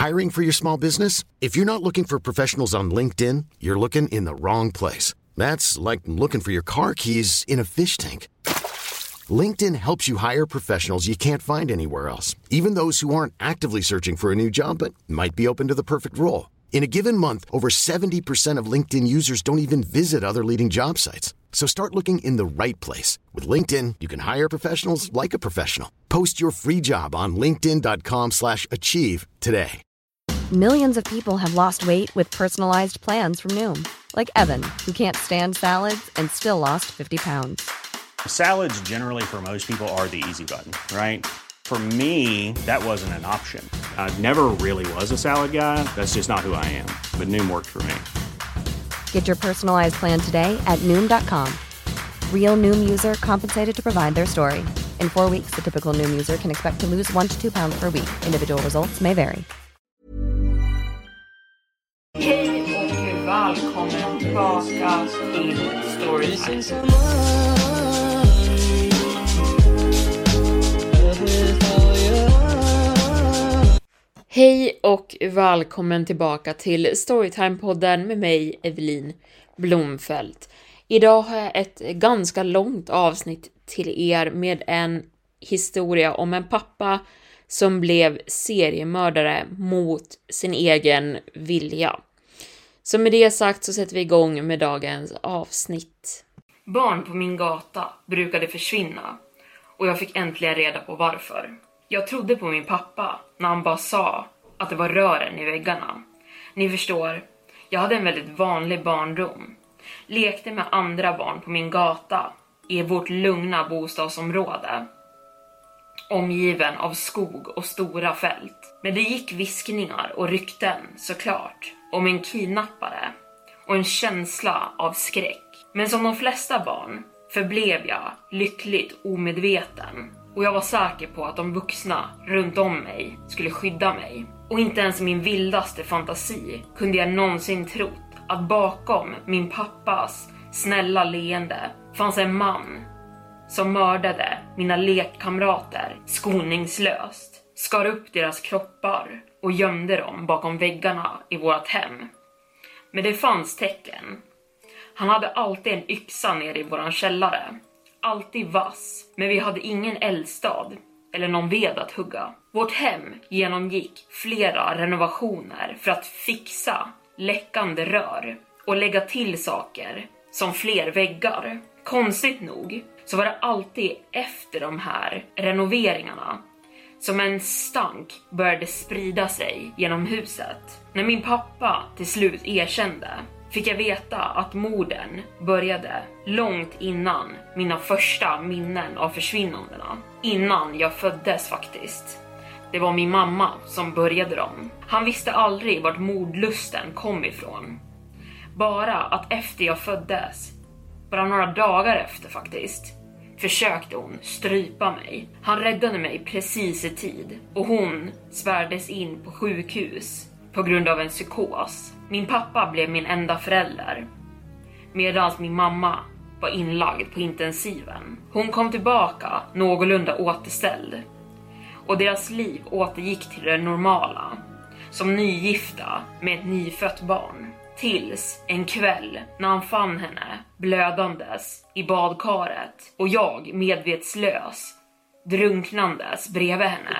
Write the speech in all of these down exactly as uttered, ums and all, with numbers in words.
Hiring for your small business? If you're not looking for professionals on LinkedIn, you're looking in the wrong place. That's like looking for your car keys in a fish tank. LinkedIn helps you hire professionals you can't find anywhere else, even those who aren't actively searching for a new job but might be open to the perfect role. In a given month, over seventy percent of LinkedIn users don't even visit other leading job sites. So start looking in the right place. With LinkedIn, you can hire professionals like a professional. Post your free job on linkedin dot com slash achieve today. Millions of people have lost weight with personalized plans from Noom. Like Evan, who can't stand salads and still lost fifty pounds. Salads generally for most people are the easy button, right? For me, that wasn't an option. I never really was a salad guy. That's just not who I am. But Noom worked for me. Get your personalized plan today at Noom dot com. Real Noom user compensated to provide their story. In four weeks, the typical Noom user can expect to lose one to two pounds per week. Individual results may vary. Hej och välkommen tillbaka till Storytime. Hej och välkommen tillbaka till Storytime-podden med mig, Evelin Blomfelt. Idag har jag ett ganska långt avsnitt till er med en historia om en pappa som blev seriemördare mot sin egen vilja. Så med det sagt så sätter vi igång med dagens avsnitt. Barn på min gata brukade försvinna och jag fick äntligen reda på varför. Jag trodde på min pappa när han bara sa att det var rören i väggarna. Ni förstår, jag hade en väldigt vanlig barndom. Lekte med andra barn på min gata i vårt lugna bostadsområde. Omgiven av skog och stora fält. Men det gick viskningar och rykten såklart om en kidnappare och en känsla av skräck. Men som de flesta barn förblev jag lyckligt omedveten. Och jag var säker på att de vuxna runt om mig skulle skydda mig. Och inte ens i min vildaste fantasi kunde jag någonsin trott att bakom min pappas snälla leende fanns en man som mördade mina lekkamrater skoningslöst, skar upp deras kroppar och gömde dem bakom väggarna i vårt hem. Men det fanns tecken. Han hade alltid en yxa nere i våran källare. Alltid vass, men vi hade ingen eldstad eller någon ved att hugga. Vårt hem genomgick flera renovationer för att fixa läckande rör och lägga till saker som fler väggar. Konstigt nog så var det alltid efter de här renoveringarna som en stank började sprida sig genom huset. När min pappa till slut erkände fick jag veta att morden började långt innan mina första minnen av försvinnandena. Innan jag föddes faktiskt. Det var min mamma som började dem. Han visste aldrig vart mordlusten kom ifrån. Bara att efter jag föddes, bara några dagar efter faktiskt, försökte hon strypa mig. Han räddade mig precis i tid och hon spärrades in på sjukhus på grund av en psykos. Min pappa blev min enda förälder medan min mamma var inlagd på intensiven. Hon kom tillbaka någorlunda återställd och deras liv återgick till det normala som nygifta med ett nyfött barn. Tills en kväll när han fann henne blödandes i badkaret och jag medvetslös drunknandes bredvid henne.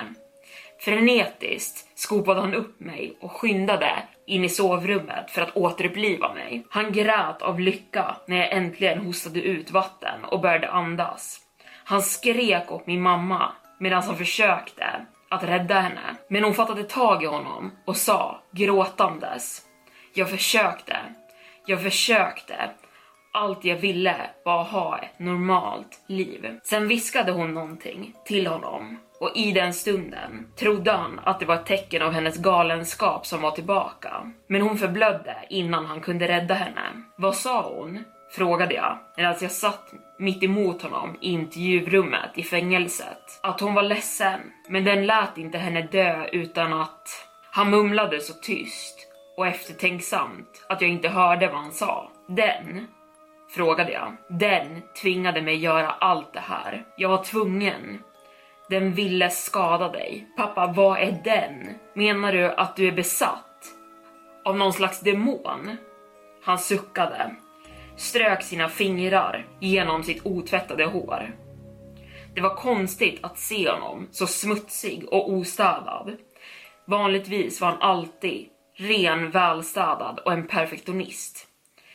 Frenetiskt skopade han upp mig och skyndade in i sovrummet för att återuppliva mig. Han grät av lycka när jag äntligen hostade ut vatten och började andas. Han skrek åt min mamma medan han försökte att rädda henne. Men hon fattade tag i honom och sa gråtandes: Jag försökte, jag försökte. Allt jag ville var ha ett normalt liv. Sen viskade hon någonting till honom. Och i den stunden trodde han att det var ett tecken av hennes galenskap som var tillbaka. Men hon förblödde innan han kunde rädda henne. Vad sa hon? Frågade jag medan jag satt mitt emot honom i intervjurummet i fängelset. Att hon var ledsen, men den lät inte henne dö utan att... Han mumlade så tyst och eftertänksamt att jag inte hörde vad han sa. Den, frågade jag, den tvingade mig göra allt det här. Jag var tvungen. Den ville skada dig. Pappa, vad är den? Menar du att du är besatt av någon slags demon? Han suckade, strök sina fingrar genom sitt otvättade hår. Det var konstigt att se honom så smutsig och ostädad. Vanligtvis var han alltid ren, välstädad och en perfektionist.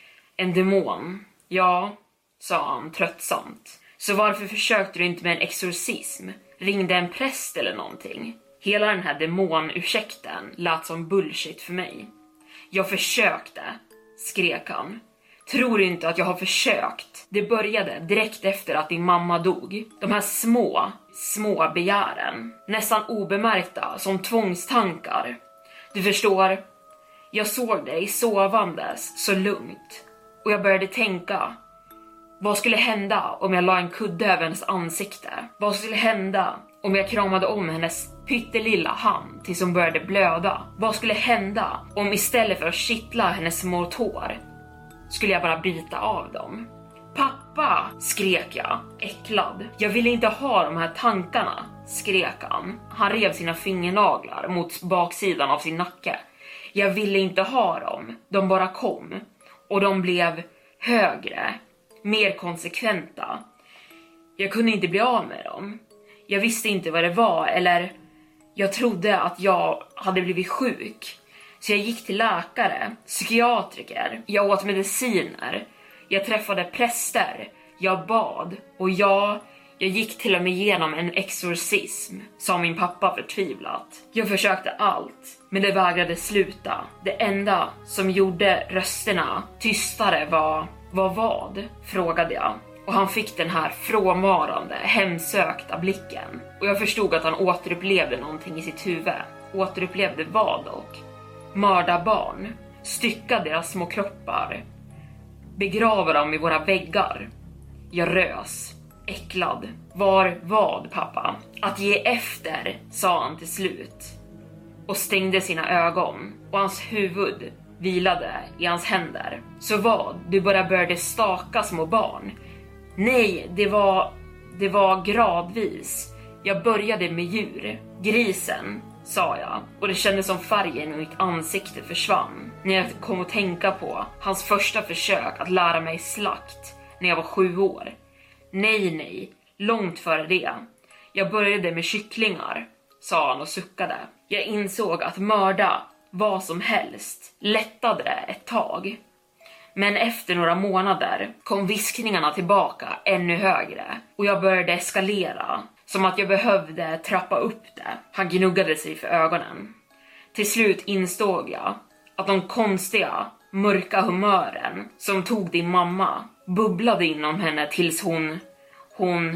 En demon, ja, sa han tröttsamt. Så varför försökte du inte med en exorcism? Ringde en präst eller någonting? Hela den här demonursäkten lät som bullshit för mig. Jag försökte, skrek han. Tror du inte att jag har försökt? Det började direkt efter att din mamma dog. De här små, små begären. Nästan obemärkta som tvångstankar. Du förstår, jag såg dig sovandes så lugnt. Och jag började tänka, vad skulle hända om jag la en kudde över hennes ansikte? Vad skulle hända om jag kramade om hennes pyttelilla hand tills hon började blöda? Vad skulle hända om istället för att kittla hennes små tår skulle jag bara bryta av dem? Pappa, skrek jag, äcklad. Jag ville inte ha de här tankarna, skrek han. Han rev sina fingernaglar mot baksidan av sin nacke. Jag ville inte ha dem, de bara kom. Och de blev högre, mer konsekventa. Jag kunde inte bli av med dem. Jag visste inte vad det var, eller jag trodde att jag hade blivit sjuk. Så jag gick till läkare, psykiatriker, jag åt mediciner, jag träffade präster, jag bad och jag, jag gick till och med igenom en exorcism, sa min pappa förtvivlat. Jag försökte allt, men det vägrade sluta. Det enda som gjorde rösterna tystare var, var vad? Frågade jag. Och han fick den här frånvarande, hemsökta blicken. Och jag förstod att han återupplevde någonting i sitt huvud. Återupplevde vad dock? Mörda barn, stycka deras små kroppar, begrava dem i våra väggar. Jag rös, äcklad. Var vad, pappa? Att ge efter, sa han till slut. Och stängde sina ögon. Och hans huvud vilade i hans händer. Så vad? Du bara började staka små barn. Nej, det var, det var gradvis. Jag började med djur. Grisen, sa jag, och det kändes som färgen i mitt ansikte försvann när jag kom att tänka på hans första försök att lära mig slakt när jag var sju år. Nej, nej, långt före det. Jag började med kycklingar, sa han och suckade. Jag insåg att mörda vad som helst lättade det ett tag. Men efter några månader kom viskningarna tillbaka ännu högre och jag började eskalera. Som att jag behövde trappa upp det. Han gnuggade sig för ögonen. Till slut insåg jag att de konstiga, mörka humören som tog din mamma bubblade inom henne tills hon... Hon...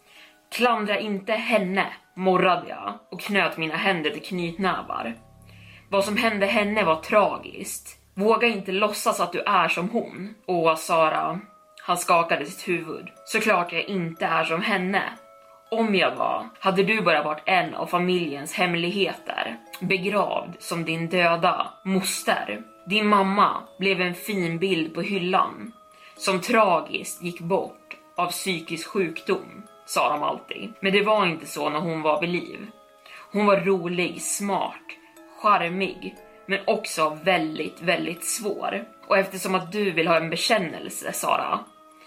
Klandra inte henne, morrade jag och knöt mina händer till knytnävar. Vad som hände henne var tragiskt. Våga inte låtsas att du är som hon. Åh, Sara. Han skakade sitt huvud. Såklart jag inte är som henne. Om jag var, hade du bara varit en av familjens hemligheter, begravd som din döda moster. Din mamma blev en fin bild på hyllan, som tragiskt gick bort av psykisk sjukdom, sa de alltid. Men det var inte så när hon var vid liv. Hon var rolig, smart, charmig, men också väldigt, väldigt svår. Och eftersom att du vill ha en bekännelse, Sara,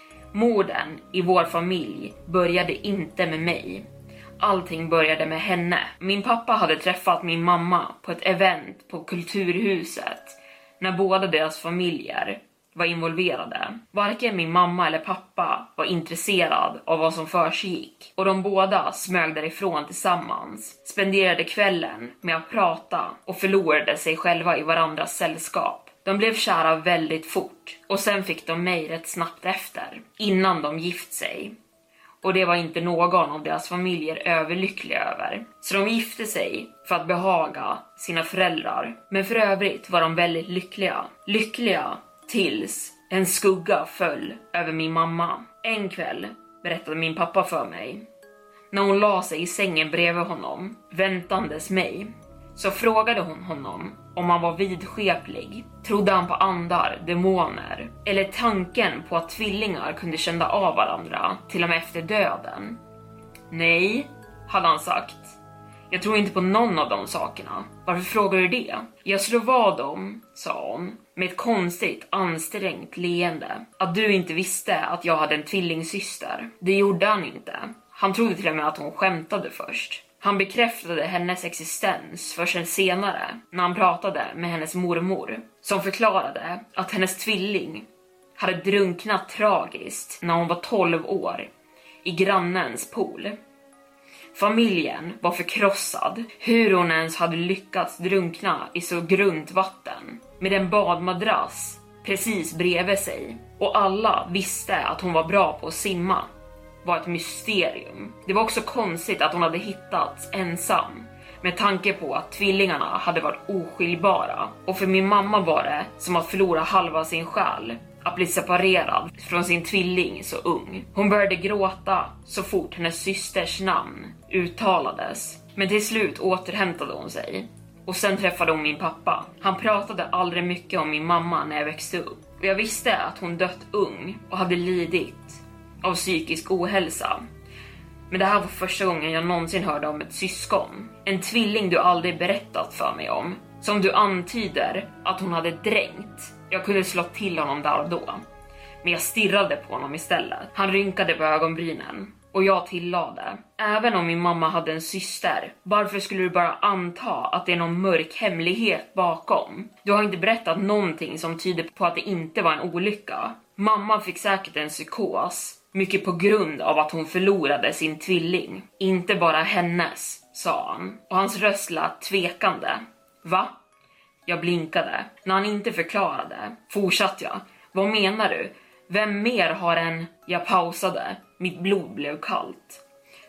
morden i vår familj började inte med mig. Allting började med henne. Min pappa hade träffat min mamma på ett event på Kulturhuset när båda deras familjer var involverade. Varken min mamma eller pappa var intresserad av vad som försiggick. Och de båda smög därifrån tillsammans, spenderade kvällen med att prata och förlorade sig själva i varandras sällskap. De blev kära väldigt fort och sen fick de mig rätt snabbt efter, innan de gift sig. Och det var inte någon av deras familjer överlyckliga över. Så de gifte sig för att behaga sina föräldrar. Men för övrigt var de väldigt lyckliga. Lyckliga tills en skugga föll över min mamma. En kväll, berättade min pappa för mig, när hon la sig i sängen bredvid honom, väntandes mig, så frågade hon honom om han var vidskeplig. Trodde han på andar, demoner, eller tanken på att tvillingar kunde känna av varandra till och med efter döden? Nej, hade han sagt. Jag tror inte på någon av de sakerna. Varför frågar du det? Jag slår vad om, sa hon, med ett konstigt, ansträngt leende, att du inte visste att jag hade en tvillingsyster. Det gjorde han inte. Han trodde till och med att hon skämtade först. Han bekräftade hennes existens först senare när han pratade med hennes mormor, som förklarade att hennes tvilling hade drunknat tragiskt när hon var tolv år i grannens pool. Familjen var förkrossad hur hon ens hade lyckats drunkna i så grunt vatten med en badmadrass precis bredvid sig, och alla visste att hon var bra på att simma. Var ett mysterium. Det var också konstigt att hon hade hittats ensam, med tanke på att tvillingarna hade varit oskiljbara, och för min mamma var det som att förlora halva sin själ att bli separerad från sin tvilling så ung. Hon började gråta så fort hennes systers namn uttalades, men till slut återhämtade hon sig. Och sen träffade hon min pappa. Han pratade aldrig mycket om min mamma när jag växte upp, och jag visste att hon dött ung och hade lidit av psykisk ohälsa. Men det här var första gången jag någonsin hörde om ett syskon. En tvilling du aldrig berättat för mig om, som du antyder att hon hade dränkt. Jag kunde slå till honom där och då, men jag stirrade på honom istället. Han rynkade på ögonbrynen, och jag tillade: även om min mamma hade en syster, varför skulle du bara anta att det är någon mörk hemlighet bakom? Du har inte berättat någonting som tyder på att det inte var en olycka. Mamma fick säkert en psykos, mycket på grund av att hon förlorade sin tvilling. Inte bara hennes, sa han, och hans röst lät tvekande. Va? Jag blinkade. När han inte förklarade fortsatte jag: vad menar du? Vem mer har en... Jag pausade. Mitt blod blev kallt.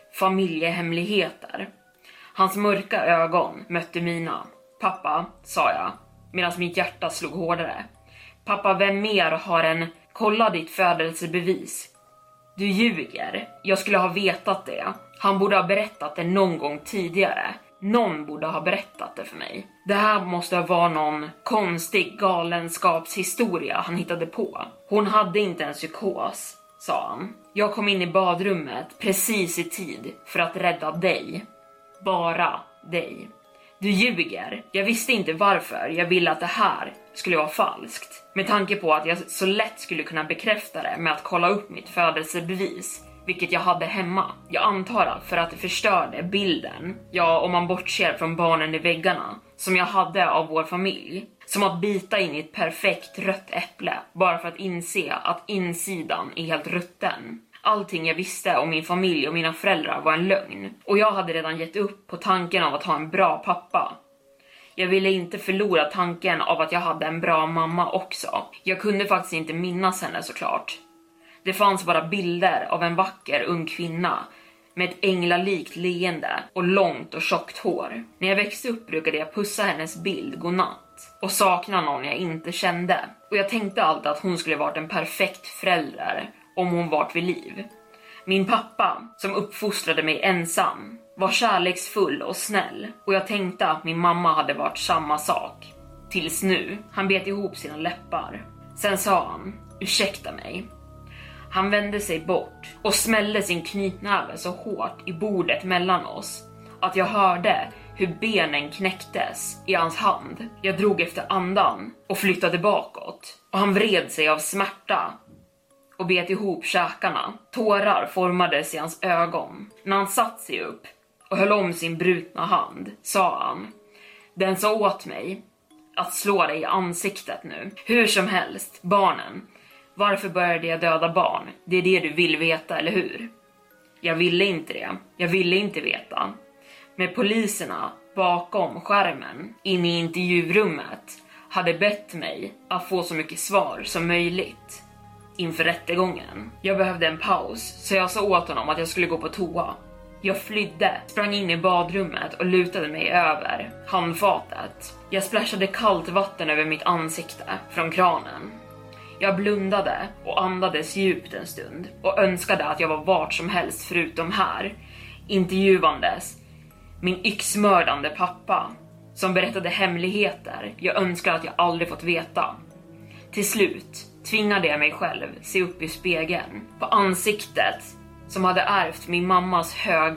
Familjehemligheter. Hans mörka ögon mötte mina. Pappa, sa jag, medan mitt hjärta slog hårdare. Pappa, vem mer har en... Kolla ditt födelsebevis. Du ljuger. Jag skulle ha vetat det. Han borde ha berättat det någon gång tidigare. Någon borde ha berättat det för mig. Det här måste ha varit någon konstig galenskapshistoria han hittade på. Hon hade inte en psykos, sa han. Jag kom in i badrummet precis i tid för att rädda dig. Bara dig. Du ljuger. Jag visste inte varför jag ville att det här skulle vara falskt. Med tanke på att jag så lätt skulle kunna bekräfta det med att kolla upp mitt födelsebevis, vilket jag hade hemma. Jag antar att för att det förstörde bilden, ja, om man bortser från barnen i väggarna, som jag hade av vår familj. Som att bita in i ett perfekt rött äpple, bara för att inse att insidan är helt rutten. Allting jag visste om min familj och mina föräldrar var en lögn, och jag hade redan gett upp på tanken av att ha en bra pappa. Jag ville inte förlora tanken av att jag hade en bra mamma också. Jag kunde faktiskt inte minnas henne, såklart. Det fanns bara bilder av en vacker ung kvinna med ett änglalikt leende och långt och tjockt hår. När jag växte upp brukade jag pussa hennes bild godnatt och sakna någon jag inte kände. Och jag tänkte alltid att hon skulle varit en perfekt förälder om hon varit vid liv. Min pappa, som uppfostrade mig ensam, var kärleksfull och snäll, och jag tänkte att min mamma hade varit samma sak. Tills nu. Han bet ihop sina läppar. Sen sa han: ursäkta mig. Han vände sig bort och smällde sin knytnäve så hårt i bordet mellan oss att jag hörde hur benen knäcktes i hans hand. Jag drog efter andan och flyttade bakåt, och han vred sig av smärta och bet ihop käkarna. Tårar formades i hans ögon. När han satt sig upp och höll om sin brutna hand, sa han: den sa åt mig att slå dig i ansiktet nu. Hur som helst, barnen. Varför började jag döda barn? Det är det du vill veta, eller hur? Jag ville inte det. Jag ville inte veta. Med poliserna bakom skärmen inne i intervjurummet hade bett mig att få så mycket svar som möjligt inför rättegången. Jag behövde en paus, så jag sa åt honom att jag skulle gå på toa. Jag flydde, sprang in i badrummet och lutade mig över handfatet. Jag splashade kallt vatten över mitt ansikte från kranen. Jag blundade och andades djupt en stund och önskade att jag var vart som helst förutom här, intervjuandes min yxmördande pappa som berättade hemligheter jag önskar att jag aldrig fått veta. Till slut tvingade jag mig själv se upp i spegeln. På ansiktet som hade ärvt min mammas höga,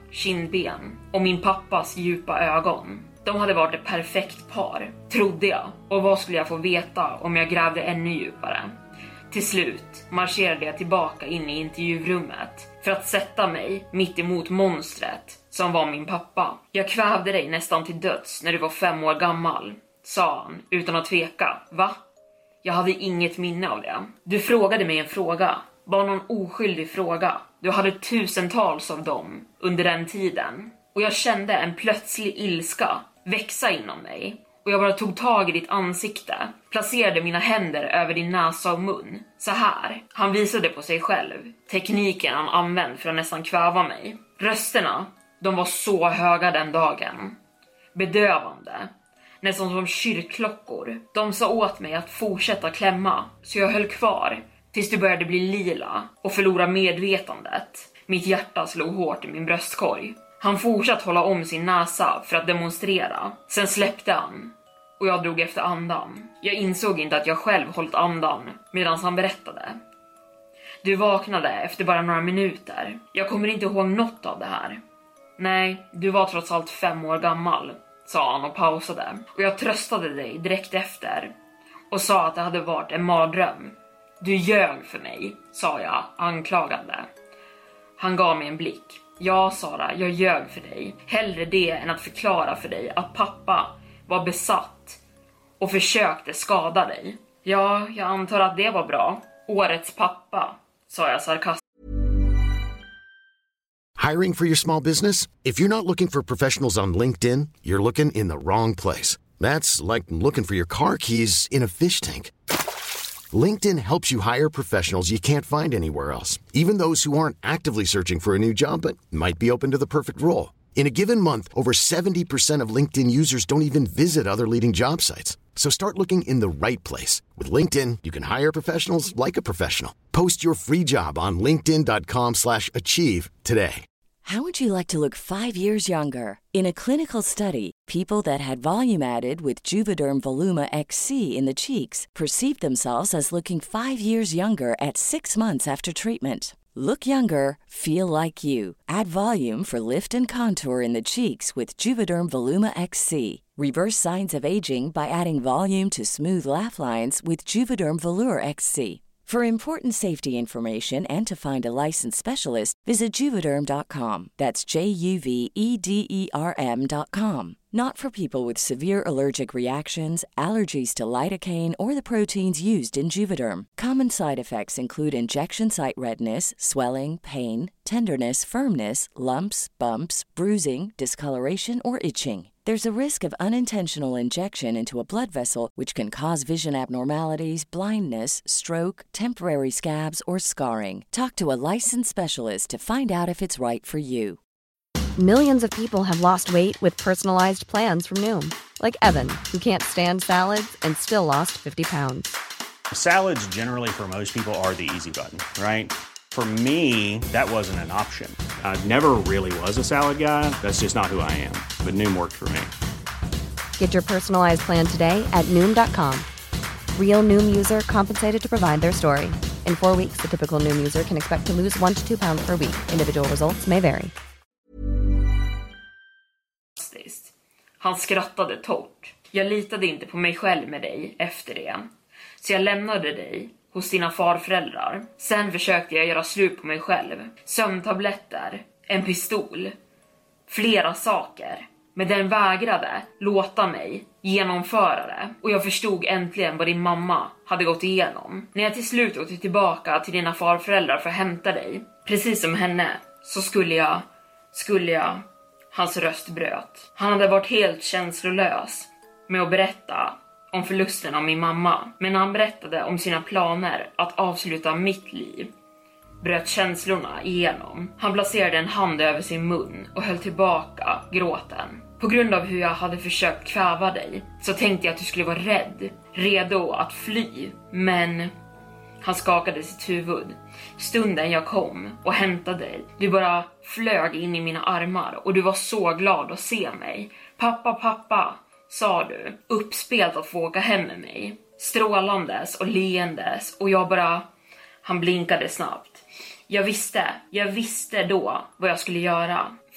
kindben och min pappas djupa ögon. De hade varit ett perfekt par, trodde jag. Och vad skulle jag få veta om jag grävde ännu djupare? Till slut marscherade jag tillbaka in i intervjurummet för att sätta mig mitt emot monstret som var min pappa. Jag kvävde dig nästan till döds när du var fem år gammal, sa han utan att tveka. Va? Jag hade inget minne av det. Du frågade mig en fråga, bara någon oskyldig fråga. Du hade tusentals av dem under den tiden. Och jag kände en plötslig ilska växa inom mig. Och jag bara tog tag i ditt ansikte, placerade mina händer över din näsa och mun. Så här. Han visade på sig själv. Tekniken han använde för att nästan kväva mig. Rösterna, de var så höga den dagen. Bedövande. Nästan som kyrkklockor. De sa åt mig att fortsätta klämma. Så jag höll kvar tills du började bli lila och förlora medvetandet. Mitt hjärta slog hårt i min bröstkorg. Han fortsatte hålla om sin näsa för att demonstrera. Sen släppte han. Och jag drog efter andan. Jag insåg inte att jag själv hållit andan medan han berättade. Du vaknade efter bara några minuter. Jag kommer inte ihåg något av det här. Nej, du var trots allt fem år gammal, sa han och pausade. Och jag tröstade dig direkt efter och sa att det hade varit en mardröm. Du ljög för mig, sa jag anklagande. Han gav mig en blick. Ja, Sara, jag ljög för dig. Hellre det än att förklara för dig att pappa var besatt och försökte skada dig. Ja, jag antar att det var bra. Årets pappa, sa jag sarkastiskt. Hiring for your small business? If you're not looking for professionals on LinkedIn, you're looking in the wrong place. That's like looking for your car keys in a fish tank. LinkedIn helps you hire professionals you can't find anywhere else, even those who aren't actively searching for a new job but might be open to the perfect role. In a given month, over seventy percent of LinkedIn users don't even visit other leading job sites. So start looking in the right place. With LinkedIn, you can hire professionals like a professional. Post your free job on linkedin dot com slash achieve today. How would you like to look five years younger? In a clinical study, people that had volume added with Juvederm Voluma X C in the cheeks perceived themselves as looking five years younger at six months after treatment. Look younger, feel like you. Add volume for lift and contour in the cheeks with Juvederm Voluma X C. Reverse signs of aging by adding volume to smooth laugh lines with Juvederm Volure X C. For important safety information and to find a licensed specialist, visit Juvederm dot com. That's J U V E D E R M dot com. Not for people with severe allergic reactions, allergies to lidocaine, or the proteins used in Juvederm. Common side effects include injection site redness, swelling, pain, tenderness, firmness, lumps, bumps, bruising, discoloration, or itching. There's a risk of unintentional injection into a blood vessel, which can cause vision abnormalities, blindness, stroke, temporary scabs, or scarring. Talk to a licensed specialist to find out if it's right for you. Millions of people have lost weight with personalized plans from Noom. Like Evan, who can't stand salads and still lost fifty pounds. Salads generally for most people are the easy button, right? For me, that wasn't an option. I never really was a salad guy. That's just not who I am. But Noom worked for me. Get your personalized plan today at Noom dot com. Real Noom user compensated to provide their story. In four weeks, the typical Noom user can expect to lose one to two pounds per week. Individual results may vary. Han skrattade torrt. Jag litade inte på mig själv med dig efter det. Så jag lämnade dig hos dina farföräldrar. Sen försökte jag göra slut på mig själv. Sömntabletter, en pistol, flera saker. Men den vägrade låta mig genomföra det. Och jag förstod äntligen vad din mamma hade gått igenom. När jag till slut åkte tillbaka till dina farföräldrar för att hämta dig, precis som henne, så skulle jag, skulle jag... Hans röst bröt. Han hade varit helt känslolös med att berätta om förlusten av min mamma. Men när han berättade om sina planer att avsluta mitt liv bröt känslorna igenom. Han placerade en hand över sin mun och höll tillbaka gråten. På grund av hur jag hade försökt kväva dig så tänkte jag att du skulle vara rädd, redo att fly. Men han skakade sitt huvud. Stunden jag kom och hämtade dig, du bara flög in i mina armar och du var så glad att se mig. Pappa, pappa, sa du, uppspelt att få åka hem med mig. Strålandes och leendes och jag bara... Han blinkade snabbt. Jag visste, jag visste då vad jag skulle göra.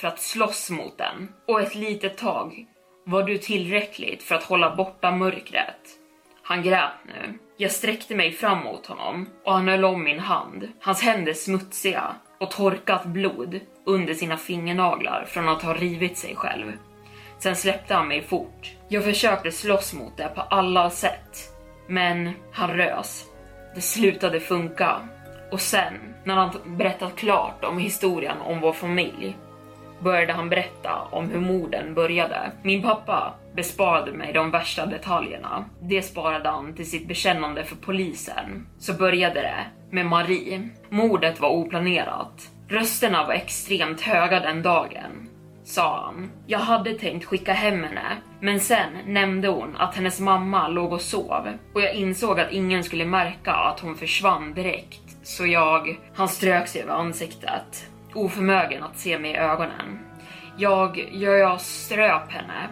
för att slåss mot den. Och ett litet tag var du tillräckligt för att hålla borta mörkret. Han grät nu. Jag sträckte mig fram mot honom och han höll om min hand. Hans händer smutsiga och torkat blod under sina fingernaglar från att ha rivit sig själv. Sen släppte han mig fort. Jag försökte slåss mot det på alla sätt. Men han rös. Det slutade funka. Och sen, när han berättat klart om historien om vår familj, började han berätta om hur morden började. Min pappa besparade mig de värsta detaljerna. Det sparade han till sitt bekännande för polisen. Så började det med Marie. Mordet var oplanerat. Rösterna var extremt höga den dagen, sa han. Jag hade tänkt skicka hem henne, men sen nämnde hon att hennes mamma låg och sov. Och jag insåg att ingen skulle märka att hon försvann direkt. Så jag... Han strök sig över ansiktet, oförmögen att se mig i ögonen. Jag, jag, jag ströp henne.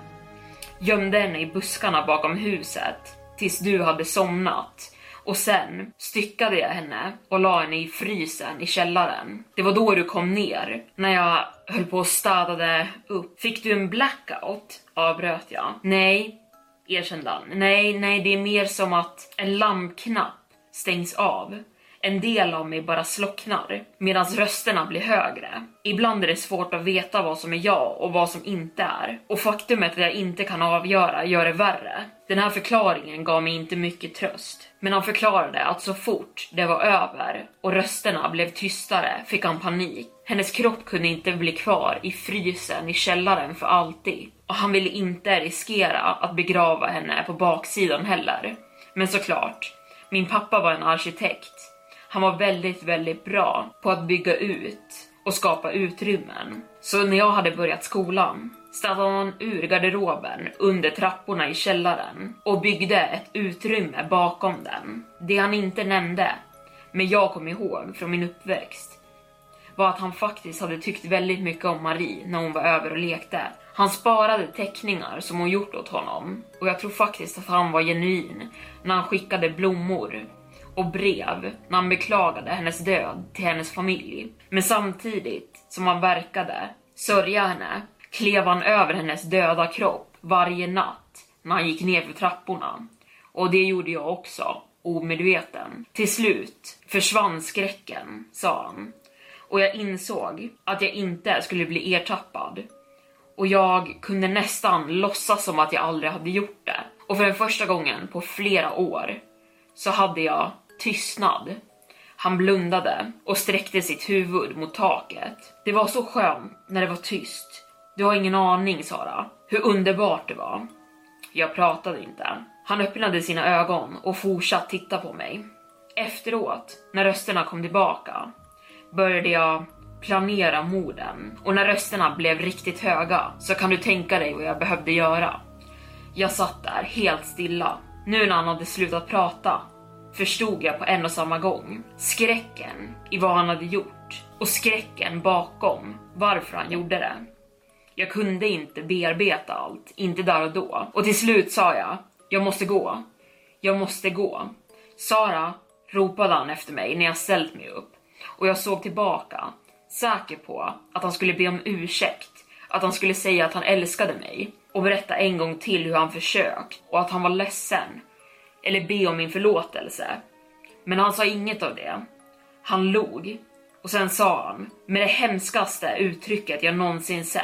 Gömde henne i buskarna bakom huset tills du hade somnat. Och sen styckade jag henne och la henne i frysen i källaren. Det var då du kom ner, när jag höll på och städade upp. Fick du en blackout? Avbröt jag. Nej, erkände han. Nej, nej, det är mer som att en lampknapp stängs av. En del av mig bara slocknar, medan rösterna blir högre. Ibland är det svårt att veta vad som är jag och vad som inte är. Och faktumet att jag inte kan avgöra gör det värre. Den här förklaringen gav mig inte mycket tröst. Men han förklarade att så fort det var över och rösterna blev tystare fick han panik. Hennes kropp kunde inte bli kvar i frysen i källaren för alltid. Och han ville inte riskera att begrava henne på baksidan heller. Men såklart, min pappa var en arkitekt. Han var väldigt, väldigt bra på att bygga ut och skapa utrymmen. Så när jag hade börjat skolan städade han ur garderoben under trapporna i källaren och byggde ett utrymme bakom den. Det han inte nämnde, men jag kom ihåg från min uppväxt, var att han faktiskt hade tyckt väldigt mycket om Marie när hon var över och lekte. Han sparade teckningar som hon gjort åt honom, och jag tror faktiskt att han var genuin när han skickade blommor och brev när han beklagade hennes död till hennes familj. Men samtidigt som han verkade sörja henne, klev han över hennes döda kropp varje natt när han gick ner för trapporna. Och det gjorde jag också, omedveten. Till slut försvann skräcken, sa han. Och jag insåg att jag inte skulle bli ertappad. Och jag kunde nästan låtsas som att jag aldrig hade gjort det. Och för den första gången på flera år så hade jag tystnad. Han blundade och sträckte sitt huvud mot taket. Det var så skönt när det var tyst. Du har ingen aning, Sara, hur underbart det var. Jag pratade inte. Han öppnade sina ögon och fortsatte titta på mig. Efteråt, när rösterna kom tillbaka, började jag planera morden. Och när rösterna blev riktigt höga så kan du tänka dig vad jag behövde göra. Jag satt där helt stilla. Nu när han hade slutat prata förstod jag på en och samma gång skräcken i vad han hade gjort och skräcken bakom varför han gjorde det. Jag kunde inte bearbeta allt, inte där och då. Och till slut sa jag, jag måste gå. Jag måste gå. Sara, ropade han efter mig när jag ställt mig upp. Och jag såg tillbaka, säker på att han skulle be om ursäkt. Att han skulle säga att han älskade mig. Och berätta en gång till hur han försökt. Och att han var ledsen. Eller be om min förlåtelse. Men han sa inget av det. Han log. Och sen sa han, med det hemskaste uttrycket jag någonsin sett: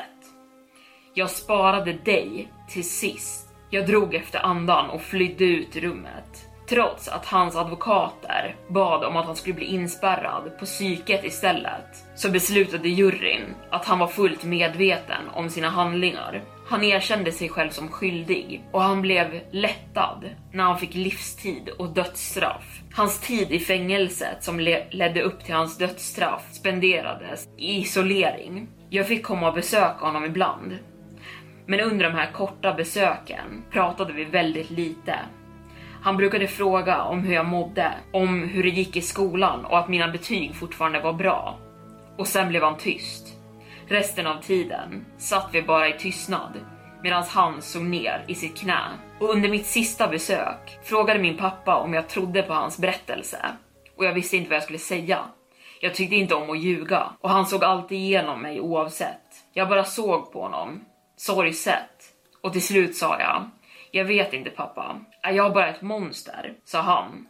jag sparade dig till sist. Jag drog efter andan och flydde ut i rummet. Trots att hans advokater bad om att han skulle bli inspärrad på psyket istället, så beslutade juryn att han var fullt medveten om sina handlingar. Han erkände sig själv som skyldig och han blev lättad när han fick livstid och dödsstraff. Hans tid i fängelset som le- ledde upp till hans dödsstraff spenderades i isolering. Jag fick komma och besöka honom ibland. Men under de här korta besöken pratade vi väldigt lite. Han brukade fråga om hur jag mådde, om hur det gick i skolan och att mina betyg fortfarande var bra. Och sen blev han tyst. Resten av tiden satt vi bara i tystnad medan han såg ner i sitt knä. Och under mitt sista besök frågade min pappa om jag trodde på hans berättelse. Och jag visste inte vad jag skulle säga. Jag tyckte inte om att ljuga och han såg alltid igenom mig oavsett. Jag bara såg på honom, sorgset. Och till slut sa jag, jag vet inte pappa, är jag bara ett monster? Sa han.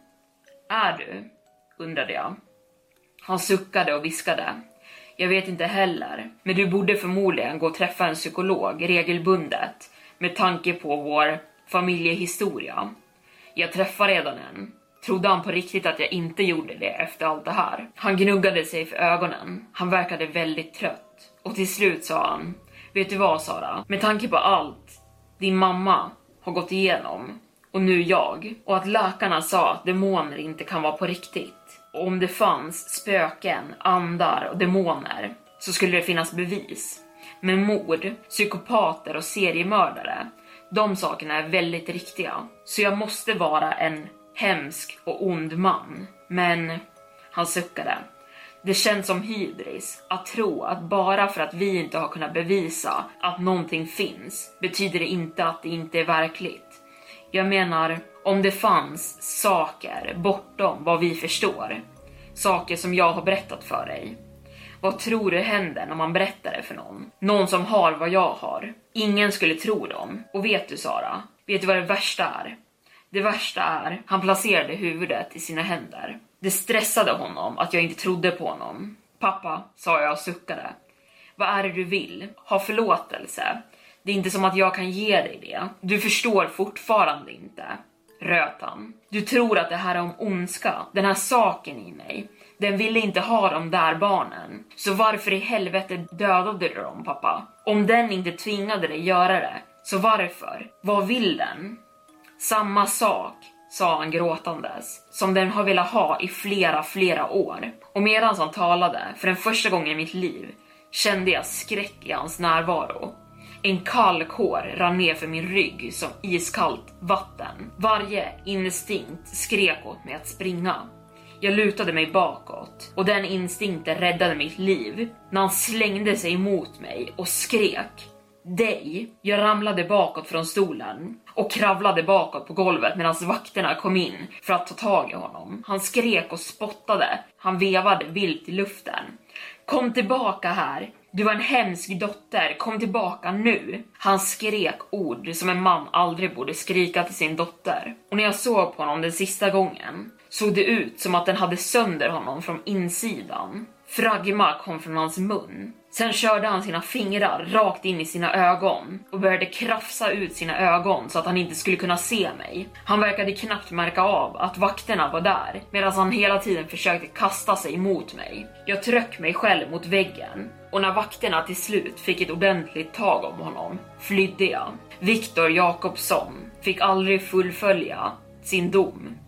Är du? Undrade jag. Han suckade och viskade. Jag vet inte heller, men du borde förmodligen gå och träffa en psykolog regelbundet med tanke på vår familjehistoria. Jag träffade redan en. Trodde han på riktigt att jag inte gjorde det efter allt det här? Han gnuggade sig för ögonen. Han verkade väldigt trött. Och till slut sa han, vet du vad Sara? Med tanke på allt din mamma har gått igenom och nu jag, och att läkarna sa att demoner inte kan vara på riktigt. Och om det fanns spöken, andar och demoner så skulle det finnas bevis. Men mord, psykopater och seriemördare, de sakerna är väldigt riktiga. Så jag måste vara en hemsk och ond man. Men han suckade. Det känns som hybris att tro att bara för att vi inte har kunnat bevisa att någonting finns betyder det inte att det inte är verkligt. Jag menar, om det fanns saker bortom vad vi förstår, saker som jag har berättat för dig, vad tror du händer när man berättar det för någon? Någon som har vad jag har. Ingen skulle tro dem. Och vet du Sara, vet du vad det värsta är? Det värsta är, han placerade huvudet i sina händer. Det stressade honom att jag inte trodde på honom. Pappa, sa jag och suckade. Vad är det du vill? Ha förlåtelse. Det är inte som att jag kan ge dig det. Du förstår fortfarande inte. Röt han. Du tror att det här är om ondska. Den här saken i mig. Den ville inte ha de där barnen. Så varför i helvete dödade du dem, pappa? Om den inte tvingade dig göra det, så varför? Vad vill den? Samma sak, sa han gråtandes, som den har velat ha i flera, flera år. Och medan han talade, för den första gången i mitt liv, kände jag skräck i hans närvaro. En kall kår rann ner för min rygg som iskallt vatten. Varje instinkt skrek åt mig att springa. Jag lutade mig bakåt och den instinkten räddade mitt liv när han slängde sig emot mig och skrek. Dig. Jag ramlade bakåt från stolen och kravlade bakåt på golvet medan vakterna kom in för att ta tag i honom. Han skrek och spottade. Han vevade vilt i luften. Kom tillbaka här. Du var en hemsk dotter. Kom tillbaka nu. Han skrek ord som en man aldrig borde skrika till sin dotter. Och när jag såg på honom den sista gången såg det ut som att den hade sönder honom från insidan. Fragma kom från hans mun. Sen körde han sina fingrar rakt in i sina ögon och började krafsa ut sina ögon så att han inte skulle kunna se mig. Han verkade knappt märka av att vakterna var där medan han hela tiden försökte kasta sig mot mig. Jag tryckte mig själv mot väggen och när vakterna till slut fick ett ordentligt tag om honom flydde jag. Viktor Jakobsson fick aldrig fullfölja sin dom.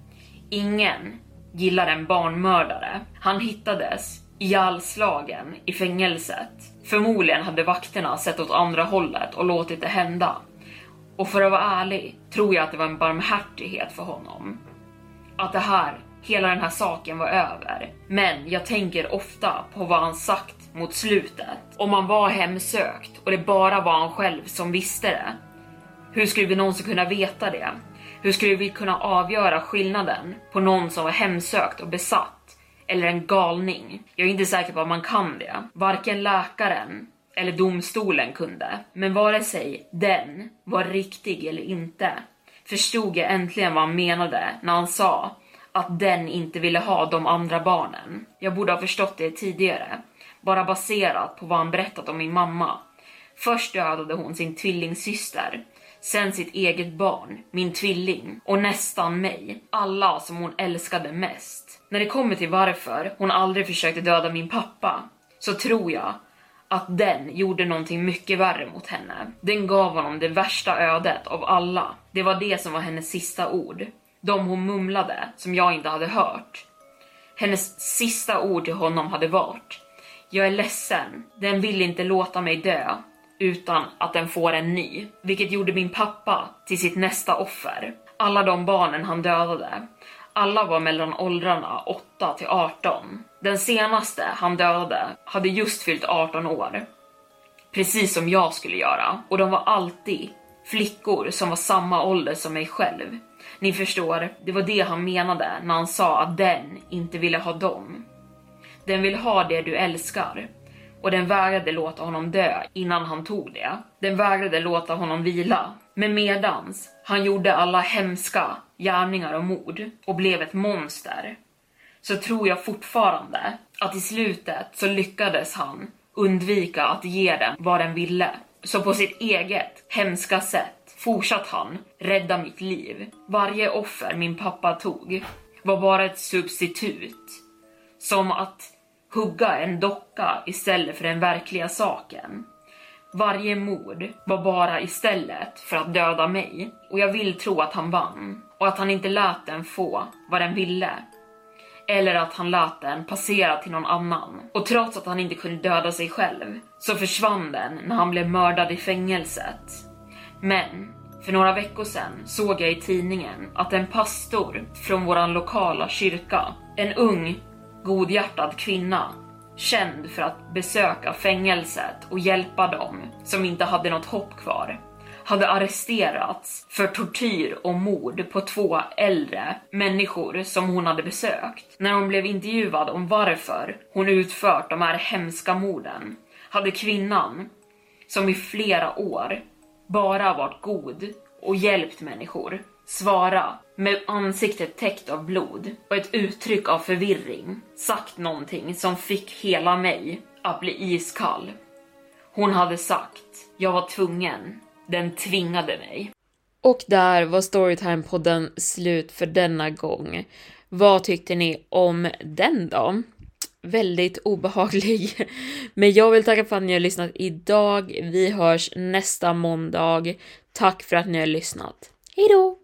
Ingen gillar en barnmördare. Han hittades ihjälslagen i fängelset. Förmodligen hade vakterna sett åt andra hållet och låtit det hända. Och för att vara ärlig tror jag att det var en barmhärtighet för honom. Att det här, hela den här saken var över. Men jag tänker ofta på vad han sagt mot slutet. Om man var hemsökt och det bara var han själv som visste det. Hur skulle vi någonsin kunna veta det? Hur skulle vi kunna avgöra skillnaden på någon som var hemsökt och besatt eller en galning? Jag är inte säker på att man kan det. Varken läkaren eller domstolen kunde. Men vare sig den var riktig eller inte förstod jag äntligen vad han menade när han sa att den inte ville ha de andra barnen. Jag borde ha förstått det tidigare, bara baserat på vad han berättat om min mamma. Först dödade hon sin tvillingsyster, sen sitt eget barn, min tvilling, och nästan mig. Alla som hon älskade mest. När det kommer till varför hon aldrig försökte döda min pappa, så tror jag att den gjorde någonting mycket värre mot henne. Den gav honom det värsta ödet av alla. Det var det som var hennes sista ord. De hon mumlade, som jag inte hade hört. Hennes sista ord till honom hade varit: jag är ledsen, den vill inte låta mig dö utan att den får en ny. Vilket gjorde min pappa till sitt nästa offer. Alla de barnen han dödade, alla var mellan åldrarna åtta till arton. Den senaste han dödade hade just fyllt arton år. Precis som jag skulle göra. Och de var alltid flickor som var samma ålder som mig själv. Ni förstår, det var det han menade när han sa att den inte ville ha dem. Den vill ha det du älskar. Och den vägrade låta honom dö innan han tog det. Den vägrade låta honom vila. Men medans han gjorde alla hemska gärningar och mord och blev ett monster, så tror jag fortfarande att i slutet så lyckades han undvika att ge den vad den ville. Så på sitt eget hemska sätt fortsatt han rädda mitt liv. Varje offer min pappa tog var bara ett substitut. Som att hugga en docka istället för den verkliga saken. Varje mord var bara istället för att döda mig. Och jag vill tro att han vann. Och att han inte lät den få vad den ville. Eller att han lät den passera till någon annan. Och trots att han inte kunde döda sig själv så försvann den när han blev mördad i fängelset. Men för några veckor sedan såg jag i tidningen att en pastor från våran lokala kyrka, en ung, godhjärtad kvinna, känd för att besöka fängelset och hjälpa dem som inte hade något hopp kvar, hade arresterats för tortyr och mord på två äldre människor som hon hade besökt. När hon blev intervjuad om varför hon utfört de här hemska morden hade kvinnan, som i flera år bara varit god och hjälpt människor, svara med ansiktet täckt av blod och ett uttryck av förvirring, sagt någonting som fick hela mig att bli iskall. Hon hade sagt, jag var tvungen, den tvingade mig. Och där var Storytime-podden slut för denna gång. Vad tyckte ni om den då? Väldigt obehaglig. Men jag vill tacka för att ni har lyssnat idag. Vi hörs nästa måndag. Tack för att ni har lyssnat. Hej då!